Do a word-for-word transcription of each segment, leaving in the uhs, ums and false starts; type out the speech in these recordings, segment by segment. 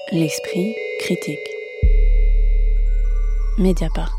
L'esprit critique. Mediapart.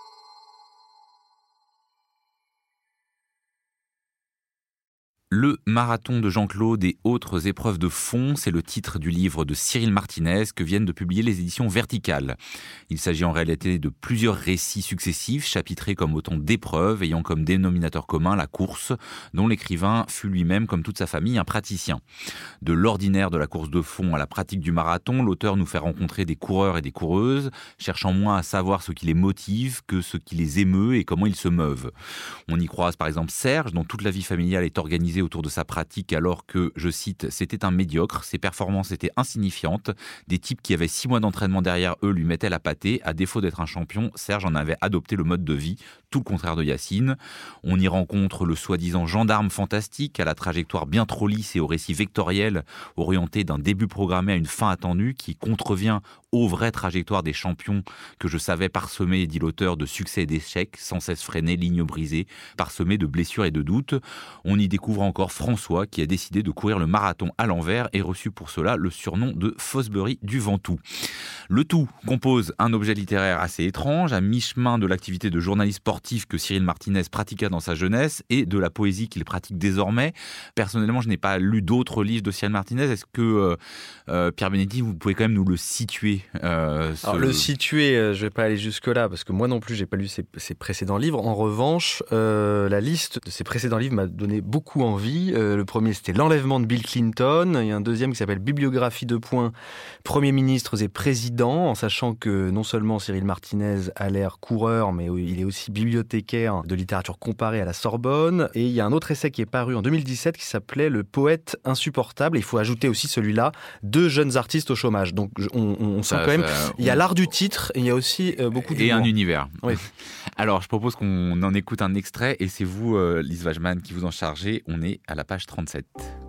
Le marathon de Jean-Claude et autres épreuves de fond, c'est le titre du livre de Cyril Martinez que viennent de publier les éditions Verticales. Il s'agit en réalité de plusieurs récits successifs, chapitrés comme autant d'épreuves, ayant comme dénominateur commun la course, dont l'écrivain fut lui-même, comme toute sa famille, un praticien. De l'ordinaire de la course de fond à la pratique du marathon, l'auteur nous fait rencontrer des coureurs et des coureuses, cherchant moins à savoir ce qui les motive que ce qui les émeut et comment ils se meuvent. On y croise par exemple Serge, dont toute la vie familiale est organisée autour de sa pratique alors que, je cite, c'était un médiocre, ses performances étaient insignifiantes, des types qui avaient six mois d'entraînement derrière eux lui mettaient la pâtée, à défaut d'être un champion, Serge en avait adopté le mode de vie, tout le contraire de Yacine. On y rencontre le soi-disant gendarme fantastique, à la trajectoire bien trop lisse et au récit vectoriel, orienté d'un début programmé à une fin attendue, qui contrevient aux vraies trajectoires des champions que je savais parsemés, dit l'auteur, de succès et d'échecs, sans cesse freinés, lignes brisées, parsemés de blessures et de doutes. On y découvre encore François, qui a décidé de courir le marathon à l'envers et reçu pour cela le surnom de Fosbury du Ventoux. Le tout compose un objet littéraire assez étrange, à mi-chemin de l'activité de journaliste sportif que Cyril Martinez pratiqua dans sa jeunesse et de la poésie qu'il pratique désormais. Personnellement, je n'ai pas lu d'autres livres de Cyril Martinez. Est-ce que, euh, euh, Pierre Benetti, vous pouvez quand même nous le situer euh, ce... Alors, le situer, euh, je ne vais pas aller jusque-là, parce que moi non plus, je n'ai pas lu ses, ses précédents livres. En revanche, euh, la liste de ses précédents livres m'a donné beaucoup envie. Euh, le premier, c'était L'enlèvement de Bill Clinton. Il y a un deuxième qui s'appelle Bibliographie de points, Premiers ministres et présidents, en sachant que non seulement Cyril Martinez a l'air coureur, mais il est aussi bibliothécaire de littérature comparée à la Sorbonne. Et il y a un autre essai qui est paru en deux mille dix-sept qui s'appelait Le poète insupportable. Il faut ajouter aussi celui-là, Deux jeunes artistes au chômage. Donc on, on sent ça, quand même, ça, il y a on... l'art du titre et il y a aussi euh, beaucoup d'humour. Et un univers. Oui. Alors je propose qu'on en écoute un extrait et c'est vous, euh, Lise Wajman, qui vous en chargez. On est à la page trente-sept.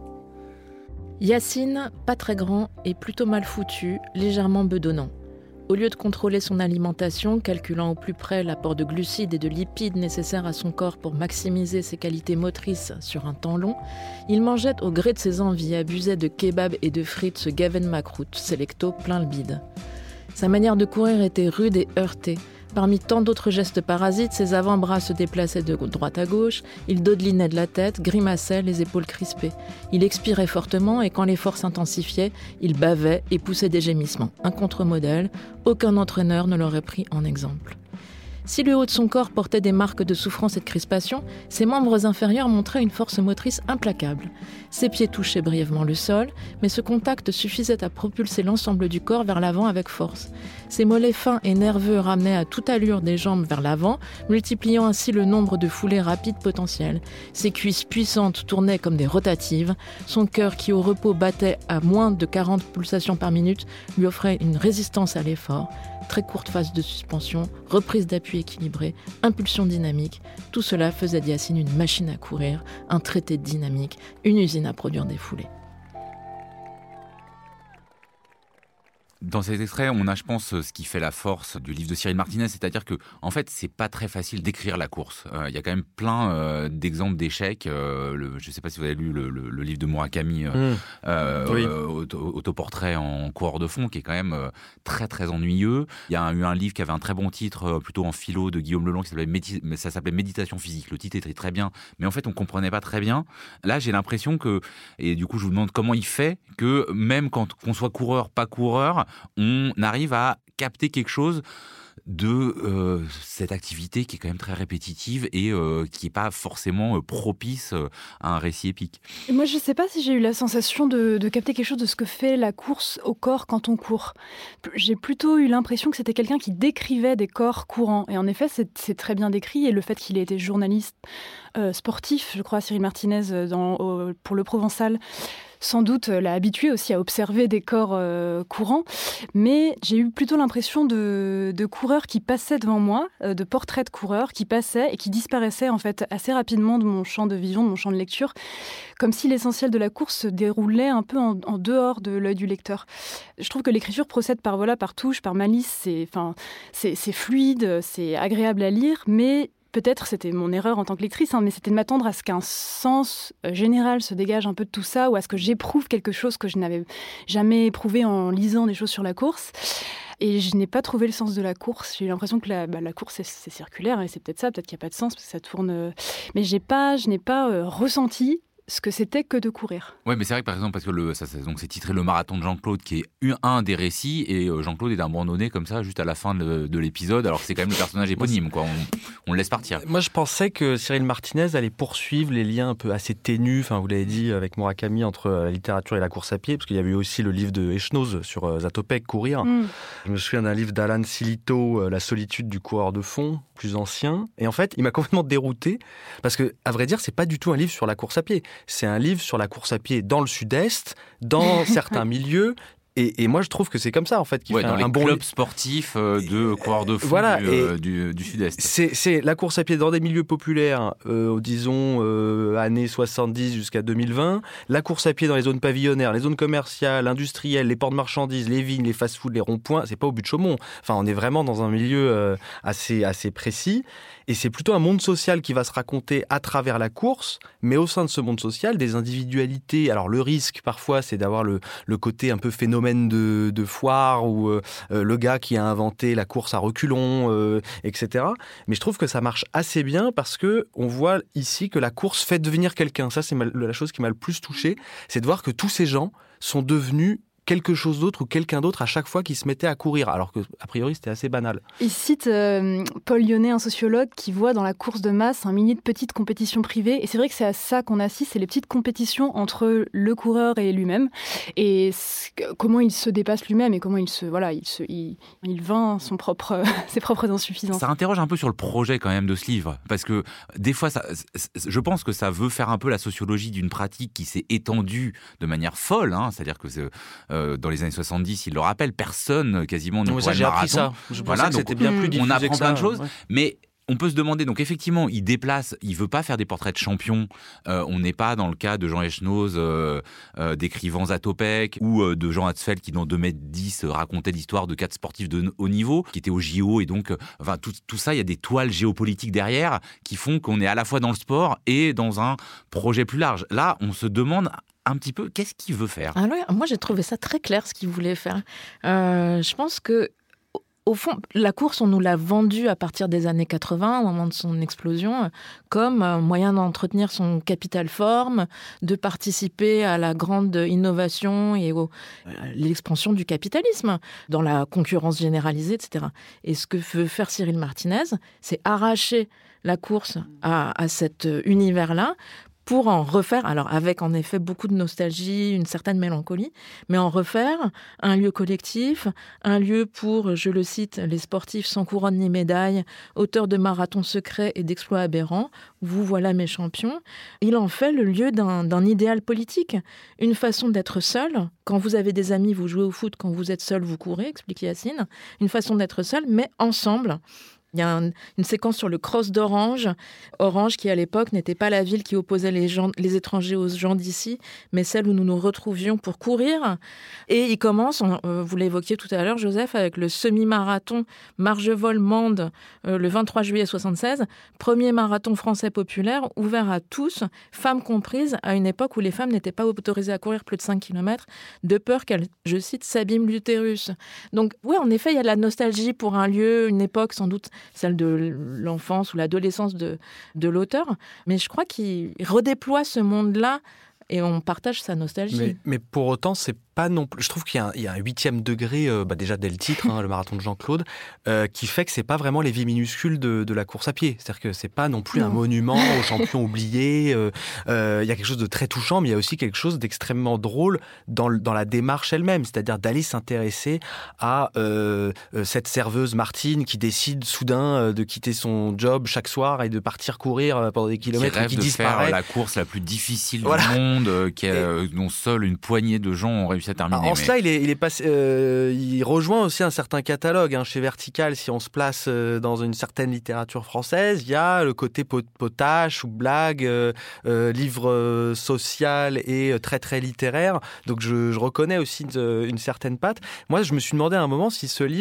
Yacine, pas très grand et plutôt mal foutu, légèrement bedonnant. Au lieu de contrôler son alimentation, calculant au plus près l'apport de glucides et de lipides nécessaires à son corps pour maximiser ses qualités motrices sur un temps long, il mangeait au gré de ses envies, abusait de kebab et de frites, se gavait de macroute, sélecto plein le bide. Sa manière de courir était rude et heurtée. Parmi tant d'autres gestes parasites, ses avant-bras se déplaçaient de droite à gauche, il dodelinait de la tête, grimaçait, les épaules crispées. Il expirait fortement et quand l'effort s'intensifiait, il bavait et poussait des gémissements. Un contre-modèle, aucun entraîneur ne l'aurait pris en exemple. Si le haut de son corps portait des marques de souffrance et de crispation, ses membres inférieurs montraient une force motrice implacable. Ses pieds touchaient brièvement le sol, mais ce contact suffisait à propulser l'ensemble du corps vers l'avant avec force. Ses mollets fins et nerveux ramenaient à toute allure des jambes vers l'avant, multipliant ainsi le nombre de foulées rapides potentielles. Ses cuisses puissantes tournaient comme des rotatives. Son cœur, qui au repos battait à moins de quarante pulsations par minute, lui offrait une résistance à l'effort. Très courte phase de suspension, reprise d'appui équilibrée, impulsion dynamique, tout cela faisait de Yacine une machine à courir, un traité de dynamique, une usine à produire des foulées. Dans cet extrait, on a, je pense, ce qui fait la force du livre de Cyril Martinez, c'est-à-dire que, en fait, c'est pas très facile d'écrire la course. Il euh, y a quand même plein euh, d'exemples d'échecs. Euh, le, je sais pas si vous avez lu le, le, le livre de Murakami, euh, mmh. euh, oui. euh, auto, autoportrait en coureur de fond, qui est quand même euh, très très ennuyeux. Il y a eu un livre qui avait un très bon titre, euh, plutôt en philo, de Guillaume Lelong, qui s'appelait Médi- ça s'appelait Méditation physique. Le titre était très bien, mais en fait, on comprenait pas très bien. Là, j'ai l'impression que, et du coup, je vous demande comment il fait que même quand qu'on soit coureur, pas coureur, on arrive à capter quelque chose de euh, cette activité qui est quand même très répétitive et euh, qui n'est pas forcément euh, propice euh, à un récit épique. Moi, je ne sais pas si j'ai eu la sensation de, de capter quelque chose de ce que fait la course au corps quand on court. J'ai plutôt eu l'impression que c'était quelqu'un qui décrivait des corps courants. Et en effet, c'est, c'est très bien décrit. Et le fait qu'il ait été journaliste euh, sportif, je crois, Cyril Martinez, dans, au, pour Le Provençal, sans doute l'a habitué aussi à observer des corps euh, courants, mais j'ai eu plutôt l'impression de, de coureurs qui passaient devant moi, euh, de portraits de coureurs qui passaient et qui disparaissaient en fait assez rapidement de mon champ de vision, de mon champ de lecture, comme si l'essentiel de la course se déroulait un peu en, en dehors de l'œil du lecteur. Je trouve que l'écriture procède par voilà, par touche, par malice, c'est, enfin, c'est, c'est fluide, c'est agréable à lire, mais peut-être, c'était mon erreur en tant que lectrice, hein, mais c'était de m'attendre à ce qu'un sens euh, général se dégage un peu de tout ça, ou à ce que j'éprouve quelque chose que je n'avais jamais éprouvé en lisant des choses sur la course. Et je n'ai pas trouvé le sens de la course. J'ai eu l'impression que la, bah, la course, c'est, c'est circulaire, et c'est peut-être ça, peut-être qu'il n'y a pas de sens, parce que ça tourne... Euh... Mais j'ai pas, je n'ai pas euh, ressenti ce que c'était que de courir. Oui, mais c'est vrai que par exemple, parce que le, ça, ça, donc c'est titré Le Marathon de Jean-Claude, qui est un des récits, et Jean-Claude est abandonné comme ça, juste à la fin de, de l'épisode, alors que c'est quand même le personnage éponyme, quoi. On, on le laisse partir. Moi, je pensais que Cyril Martinez allait poursuivre les liens un peu assez ténus, enfin, vous l'avez dit, avec Murakami, entre la littérature et la course à pied, parce qu'il y avait eu aussi le livre de Echnoz sur Zatopek, Courir. Mm. Je me souviens d'un livre d'Alan Silito, La solitude du coureur de fond, plus ancien. Et en fait, il m'a complètement dérouté, parce que, à vrai dire, c'est pas du tout un livre sur la course à pied. C'est un livre sur la course à pied dans le sud-est, dans certains milieux. Et, et moi, je trouve que c'est comme ça, en fait, qu'il ouais, fait dans un, les un bon clubs sportifs de coureurs de fond voilà, du, euh, du, du sud-est. C'est, c'est la course à pied dans des milieux populaires, euh, disons, euh, années soixante-dix jusqu'à deux mille vingt. La course à pied dans les zones pavillonnaires, les zones commerciales, industrielles, les ports de marchandises, les vignes, les fast-foods, les ronds-points. C'est pas au but de Chaumont. Enfin, on est vraiment dans un milieu euh, assez, assez précis. Et c'est plutôt un monde social qui va se raconter à travers la course, mais au sein de ce monde social, des individualités. Alors le risque, parfois, c'est d'avoir le, le côté un peu phénomène de, de foire, ou euh, le gars qui a inventé la course à reculons, euh, et cetera. Mais je trouve que ça marche assez bien, parce qu'on voit ici que la course fait devenir quelqu'un. Ça, c'est la chose qui m'a le plus touché, c'est de voir que tous ces gens sont devenus quelque chose d'autre ou quelqu'un d'autre à chaque fois qu'il se mettait à courir, alors que a priori c'était assez banal. Il cite euh, Paul Lyonnais, un sociologue, qui voit dans la course de masse un millier de petites compétitions privées, et c'est vrai que c'est à ça qu'on assiste, c'est les petites compétitions entre le coureur et lui-même, et comment il se dépasse lui-même, et comment il se voilà, il se il, il vainc son propre ses propres insuffisances. Ça interroge un peu sur le projet quand même de ce livre, parce que des fois ça, je pense que ça veut faire un peu la sociologie d'une pratique qui s'est étendue de manière folle, hein, c'est-à-dire que c'est, euh, dans les années soixante-dix, il le rappelle, personne quasiment ne courait le marathon. Ça. Je voilà, que donc c'était bien plus diffusé on apprend que ça, plein de choses, ouais. Mais on peut se demander, donc effectivement, il déplace, il veut pas faire des portraits de champions. Euh, on n'est pas dans le cas de Jean Echnoz euh, euh, décrivant Zatopek, ou euh, de Jean Hatzfeld qui, dans deux mètres dix, euh, racontait l'histoire de quatre sportifs de haut niveau qui étaient au J O. Et donc, euh, enfin, tout, tout ça, il y a des toiles géopolitiques derrière qui font qu'on est à la fois dans le sport et dans un projet plus large. Là, on se demande un petit peu, qu'est-ce qu'il veut faire ? Alors, moi, j'ai trouvé ça très clair, ce qu'il voulait faire. Euh, je pense que, au fond, la course, on nous l'a vendue à partir des années quatre-vingts, au moment de son explosion, comme un moyen d'entretenir son capital forme, de participer à la grande innovation et au, à l'expansion du capitalisme, dans la concurrence généralisée, et cetera. Et ce que veut faire Cyril Martinez, c'est arracher la course à, à cet univers-là, pour en refaire, alors avec en effet beaucoup de nostalgie, une certaine mélancolie, mais en refaire un lieu collectif, un lieu pour, je le cite, les sportifs sans couronne ni médaille, auteurs de marathons secrets et d'exploits aberrants, vous voilà mes champions. Il en fait le lieu d'un, d'un idéal politique, une façon d'être seul. Quand vous avez des amis, vous jouez au foot, quand vous êtes seul, vous courez, explique Yacine. Une façon d'être seul, mais ensemble. Il y a un, une séquence sur le cross d'Orange. Orange, qui à l'époque n'était pas la ville qui opposait les, gens, les étrangers aux gens d'ici, mais celle où nous nous retrouvions pour courir. Et il commence, euh, vous l'évoquiez tout à l'heure, Joseph, avec le semi-marathon Margevol-Mende euh, le vingt-trois juillet soixante-seize, premier marathon français populaire, ouvert à tous, femmes comprises, à une époque où les femmes n'étaient pas autorisées à courir plus de cinq kilomètres, de peur qu'elles, je cite, s'abîment l'utérus. Donc oui, en effet, il y a de la nostalgie pour un lieu, une époque sans doute celle de l'enfance ou l'adolescence de, de l'auteur. Mais je crois qu'il redéploie ce monde-là et on partage sa nostalgie. Mais, mais pour autant, c'est pas non plus. Je trouve qu'il y a un, il y a un huitième degré, euh, bah déjà dès le titre, hein, le marathon de Jean-Claude, euh, qui fait que c'est pas vraiment les vies minuscules de, de la course à pied. C'est-à-dire que c'est pas non plus non. un monument aux champions oubliés. Euh, euh, il y a quelque chose de très touchant, mais il y a aussi quelque chose d'extrêmement drôle dans, dans la démarche elle-même. C'est-à-dire d'aller s'intéresser à euh, cette serveuse Martine qui décide soudain euh, de quitter son job chaque soir et de partir courir pendant des kilomètres qui rêve et qui de disparaît. Faire la course la plus difficile voilà. du monde, euh, qui a, et... dont seule une poignée de gens ont réussi à terminer. En mais... cela, il est, il est passé, euh, il rejoint aussi un certain catalogue. Hein. Chez Vertical, si on se place euh, dans une certaine littérature française, il y a le côté potache ou blague, euh, euh, livre euh, social et euh, très très littéraire. Donc je, je reconnais aussi de, une certaine patte. Moi, je me suis demandé à un moment si ce livre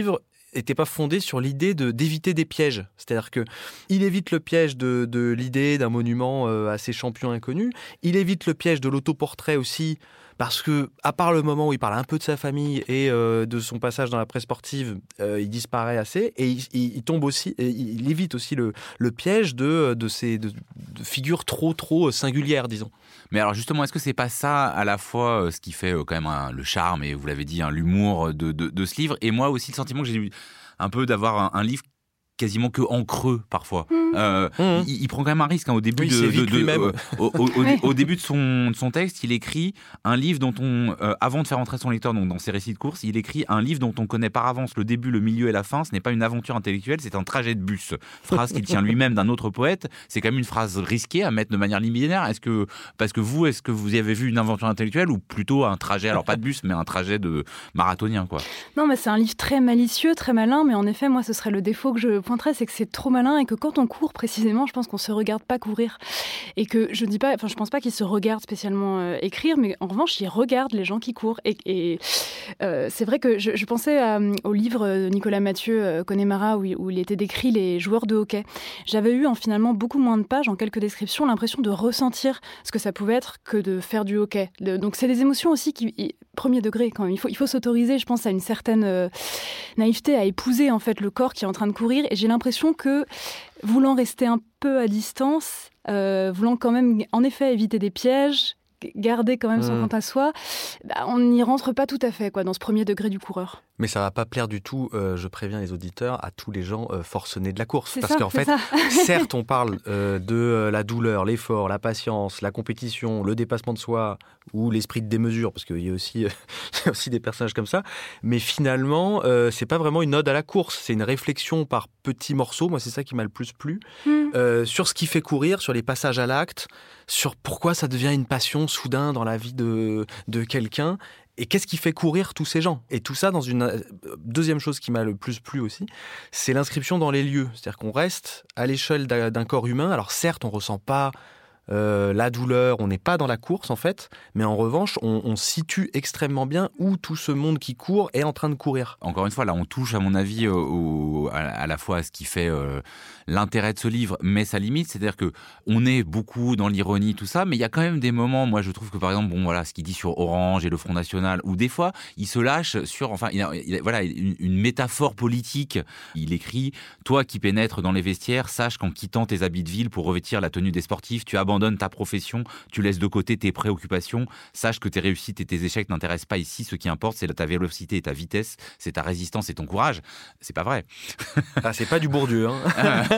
n'était pas fondé sur l'idée de, d'éviter des pièges. C'est-à-dire qu'il évite le piège de, de l'idée d'un monument euh, à ses champions inconnus. Il évite le piège de l'autoportrait aussi, parce que, à part le moment où il parle un peu de sa famille et euh, de son passage dans la presse sportive, euh, il disparaît assez. Et il, il, il tombe aussi, et il évite aussi le, le piège de, de ces de, de figures trop, trop singulières, disons. Mais alors justement, est-ce que c'est pas ça à la fois euh, ce qui fait euh, quand même un, le charme et vous l'avez dit, hein, l'humour de, de, de ce livre, et moi aussi le sentiment que j'ai eu un peu d'avoir un, un livre quasiment que en creux parfois. Mmh. Euh, mmh. il, il prend quand même un risque hein, au début oui, de, de, de lui-même. Euh, au, au, au, au début de son, de son texte, il écrit un livre dont on, euh, avant de faire entrer son lecteur donc dans ses récits de course, il écrit un livre dont on connaît par avance le début, le milieu et la fin. Ce n'est pas une aventure intellectuelle, c'est un trajet de bus. Phrase qu'il tient lui-même d'un autre poète. C'est quand même une phrase risquée à mettre de manière liminaire. Est-ce que parce que vous, est-ce que vous y avez vu une aventure intellectuelle ou plutôt un trajet, alors pas de bus, mais un trajet de marathonien quoi? Non, mais c'est un livre très malicieux, très malin. Mais en effet, moi, ce serait le défaut que je pointerais, c'est que c'est trop malin et que quand on court précisément, je pense qu'on se regarde pas courir et que je dis pas, enfin je pense pas qu'il se regarde spécialement euh, écrire, mais en revanche il regarde les gens qui courent et, et euh, c'est vrai que je, je pensais à, au livre de Nicolas Mathieu euh, Connemara où, où il était décrit les joueurs de hockey. J'avais eu en finalement beaucoup moins de pages, en quelques descriptions, l'impression de ressentir ce que ça pouvait être que de faire du hockey. De, donc c'est des émotions aussi qui premier degré quand même. Il faut il faut s'autoriser, je pense, à une certaine euh, naïveté, à épouser en fait le corps qui est en train de courir. Et j'ai l'impression que voulant rester un peu à distance, euh, voulant quand même, en effet, éviter des pièges, garder quand même son mmh. compte à soi, bah, on n'y rentre pas tout à fait quoi, dans ce premier degré du coureur. Mais ça ne va pas plaire du tout, euh, je préviens les auditeurs, à tous les gens euh, forcenés de la course. C'est Parce ça, qu'en fait, ça. certes, on parle euh, de euh, la douleur, l'effort, la patience, la compétition, le dépassement de soi ou l'esprit de démesure, parce qu'il y a aussi, euh, y a aussi des personnages comme ça. Mais finalement, euh, ce n'est pas vraiment une ode à la course. C'est une réflexion par petits morceaux. Moi, c'est ça qui m'a le plus plu. Mmh. Euh, sur ce qui fait courir, sur les passages à l'acte, sur pourquoi ça devient une passion soudain dans la vie de, de quelqu'un. Et qu'est-ce qui fait courir tous ces gens? Et tout ça dans une deuxième chose qui m'a le plus plu aussi, c'est l'inscription dans les lieux. C'est-à-dire qu'on reste à l'échelle d'un corps humain. Alors certes, on ne ressent pas euh, la douleur, on n'est pas dans la course en fait, mais en revanche, on, on situe extrêmement bien où tout ce monde qui court est en train de courir. Encore une fois, là, on touche à mon avis au, au, à, à la fois à ce qui fait euh, l'intérêt de ce livre, mais sa limite, c'est-à-dire que on est beaucoup dans l'ironie, tout ça, mais il y a quand même des moments, moi je trouve que par exemple, bon voilà, ce qu'il dit sur Orange et le Front National, où des fois, il se lâche sur, enfin, il a, il a, voilà, une, une métaphore politique. Il écrit, toi qui pénètres dans les vestiaires, sache qu'en quittant tes habits de ville pour revêtir la tenue des sportifs, tu abandonnes ta profession, tu laisses de côté tes préoccupations, sache que tes réussites et tes échecs n'intéressent pas ici, ce qui importe, c'est ta vélocité et ta vitesse, c'est ta résistance et ton courage. C'est pas vrai. Ah, c'est pas du Bourdieu, hein.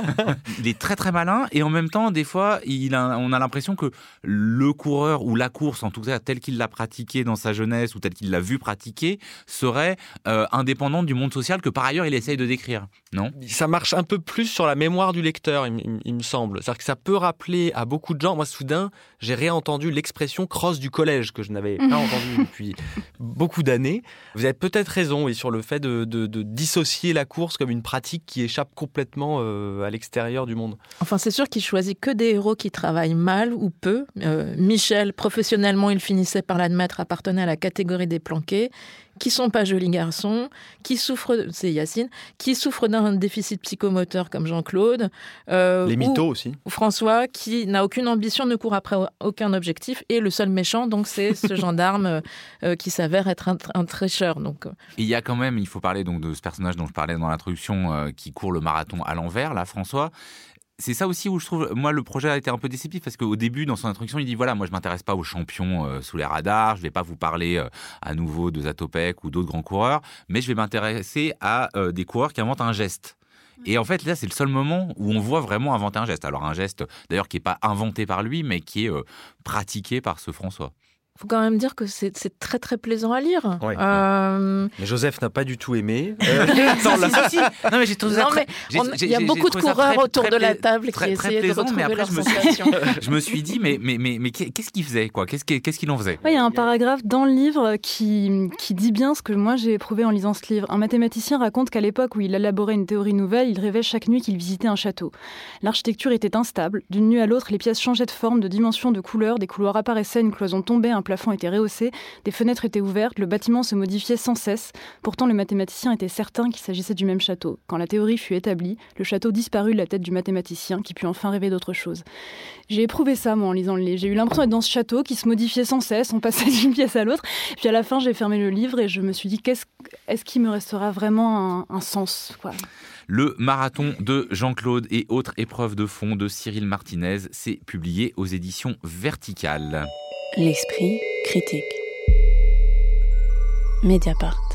Il est très très malin et en même temps, des fois, il a, on a l'impression que le coureur ou la course, en tout cas tel qu'il l'a pratiqué dans sa jeunesse ou tel qu'il l'a vu pratiquer, serait euh, indépendante du monde social que par ailleurs il essaye de décrire, non? Ça marche un peu plus sur la mémoire du lecteur, il, il, il me semble. C'est-à-dire que ça peut rappeler à beaucoup de gens. Moi, soudain, j'ai réentendu l'expression crosse du collège que je n'avais pas entendue depuis beaucoup d'années. Vous avez peut-être raison oui, sur le fait de, de, de dissocier la course comme une pratique qui échappe complètement euh, à l'extérieur du monde. Enfin, c'est sûr qu'il choisit que des héros qui travaillent mal ou peu. Euh, Michel, professionnellement, il finissait par l'admettre, appartenait à la catégorie des planqués, qui sont pas jolis garçons, qui souffrent, c'est Yacine, qui souffrent d'un déficit psychomoteur comme Jean-Claude. Euh, Les mythos aussi. Ou François, qui n'a aucune ambition, ne court après aucun objectif, et le seul méchant, donc c'est ce gendarme euh, qui s'avère être un, un tricheur. Donc. Il y a quand même, il faut parler donc de ce personnage dont je parlais dans l'introduction, euh, qui court le marathon à l'envers, là, François. C'est ça aussi où je trouve, moi, le projet a été un peu déceptif parce qu'au début, dans son introduction, il dit voilà, moi, je m'intéresse pas aux champions euh, sous les radars, je vais pas vous parler euh, à nouveau de Zatopek ou d'autres grands coureurs, mais je vais m'intéresser à euh, des coureurs qui inventent un geste. Et en fait, là, c'est le seul moment où on voit vraiment inventer un geste. Alors, un geste, d'ailleurs, qui n'est pas inventé par lui, mais qui est euh, pratiqué par ce François. Il faut quand même dire que c'est, c'est très très plaisant à lire. Ouais, euh... ouais. Mais Joseph n'a pas du tout aimé. Euh... non, si, si, si. non, mais j'ai trouvé ça très... on... Il y a beaucoup de coureurs très, autour très, de la table très, qui très essayaient plaisant, de retrouver mais après, leurs je me, sensations. suis... je me suis dit, mais, mais, mais, mais qu'est-ce qu'il faisait quoi qu'est-ce, qu'il, qu'est-ce qu'il en faisait? Il y a un paragraphe dans le livre qui, qui dit bien ce que moi j'ai éprouvé en lisant ce livre. Un mathématicien raconte qu'à l'époque où il élaborait une théorie nouvelle, il rêvait chaque nuit qu'il visitait un château. L'architecture était instable. D'une nuit à l'autre, les pièces changeaient de forme, de dimension, de couleur. Des couloirs apparaissaient, une cloison tombait, un plafond était rehaussé, des fenêtres étaient ouvertes, le bâtiment se modifiait sans cesse. Pourtant, le mathématicien était certain qu'il s'agissait du même château. Quand la théorie fut établie, le château disparut de la tête du mathématicien qui put enfin rêver d'autre chose. J'ai éprouvé ça, moi, en lisant le livre. J'ai eu l'impression d'être dans ce château qui se modifiait sans cesse, on passait d'une pièce à l'autre. Puis à la fin, j'ai fermé le livre et je me suis dit, qu'est-ce, est-ce qu'il me restera vraiment un, un sens, quoi. Le marathon de Jean-Claude et autres épreuves de fond de Cyril Martinez, c'est publié aux éditions Verticales. L'esprit critique. Mediapart.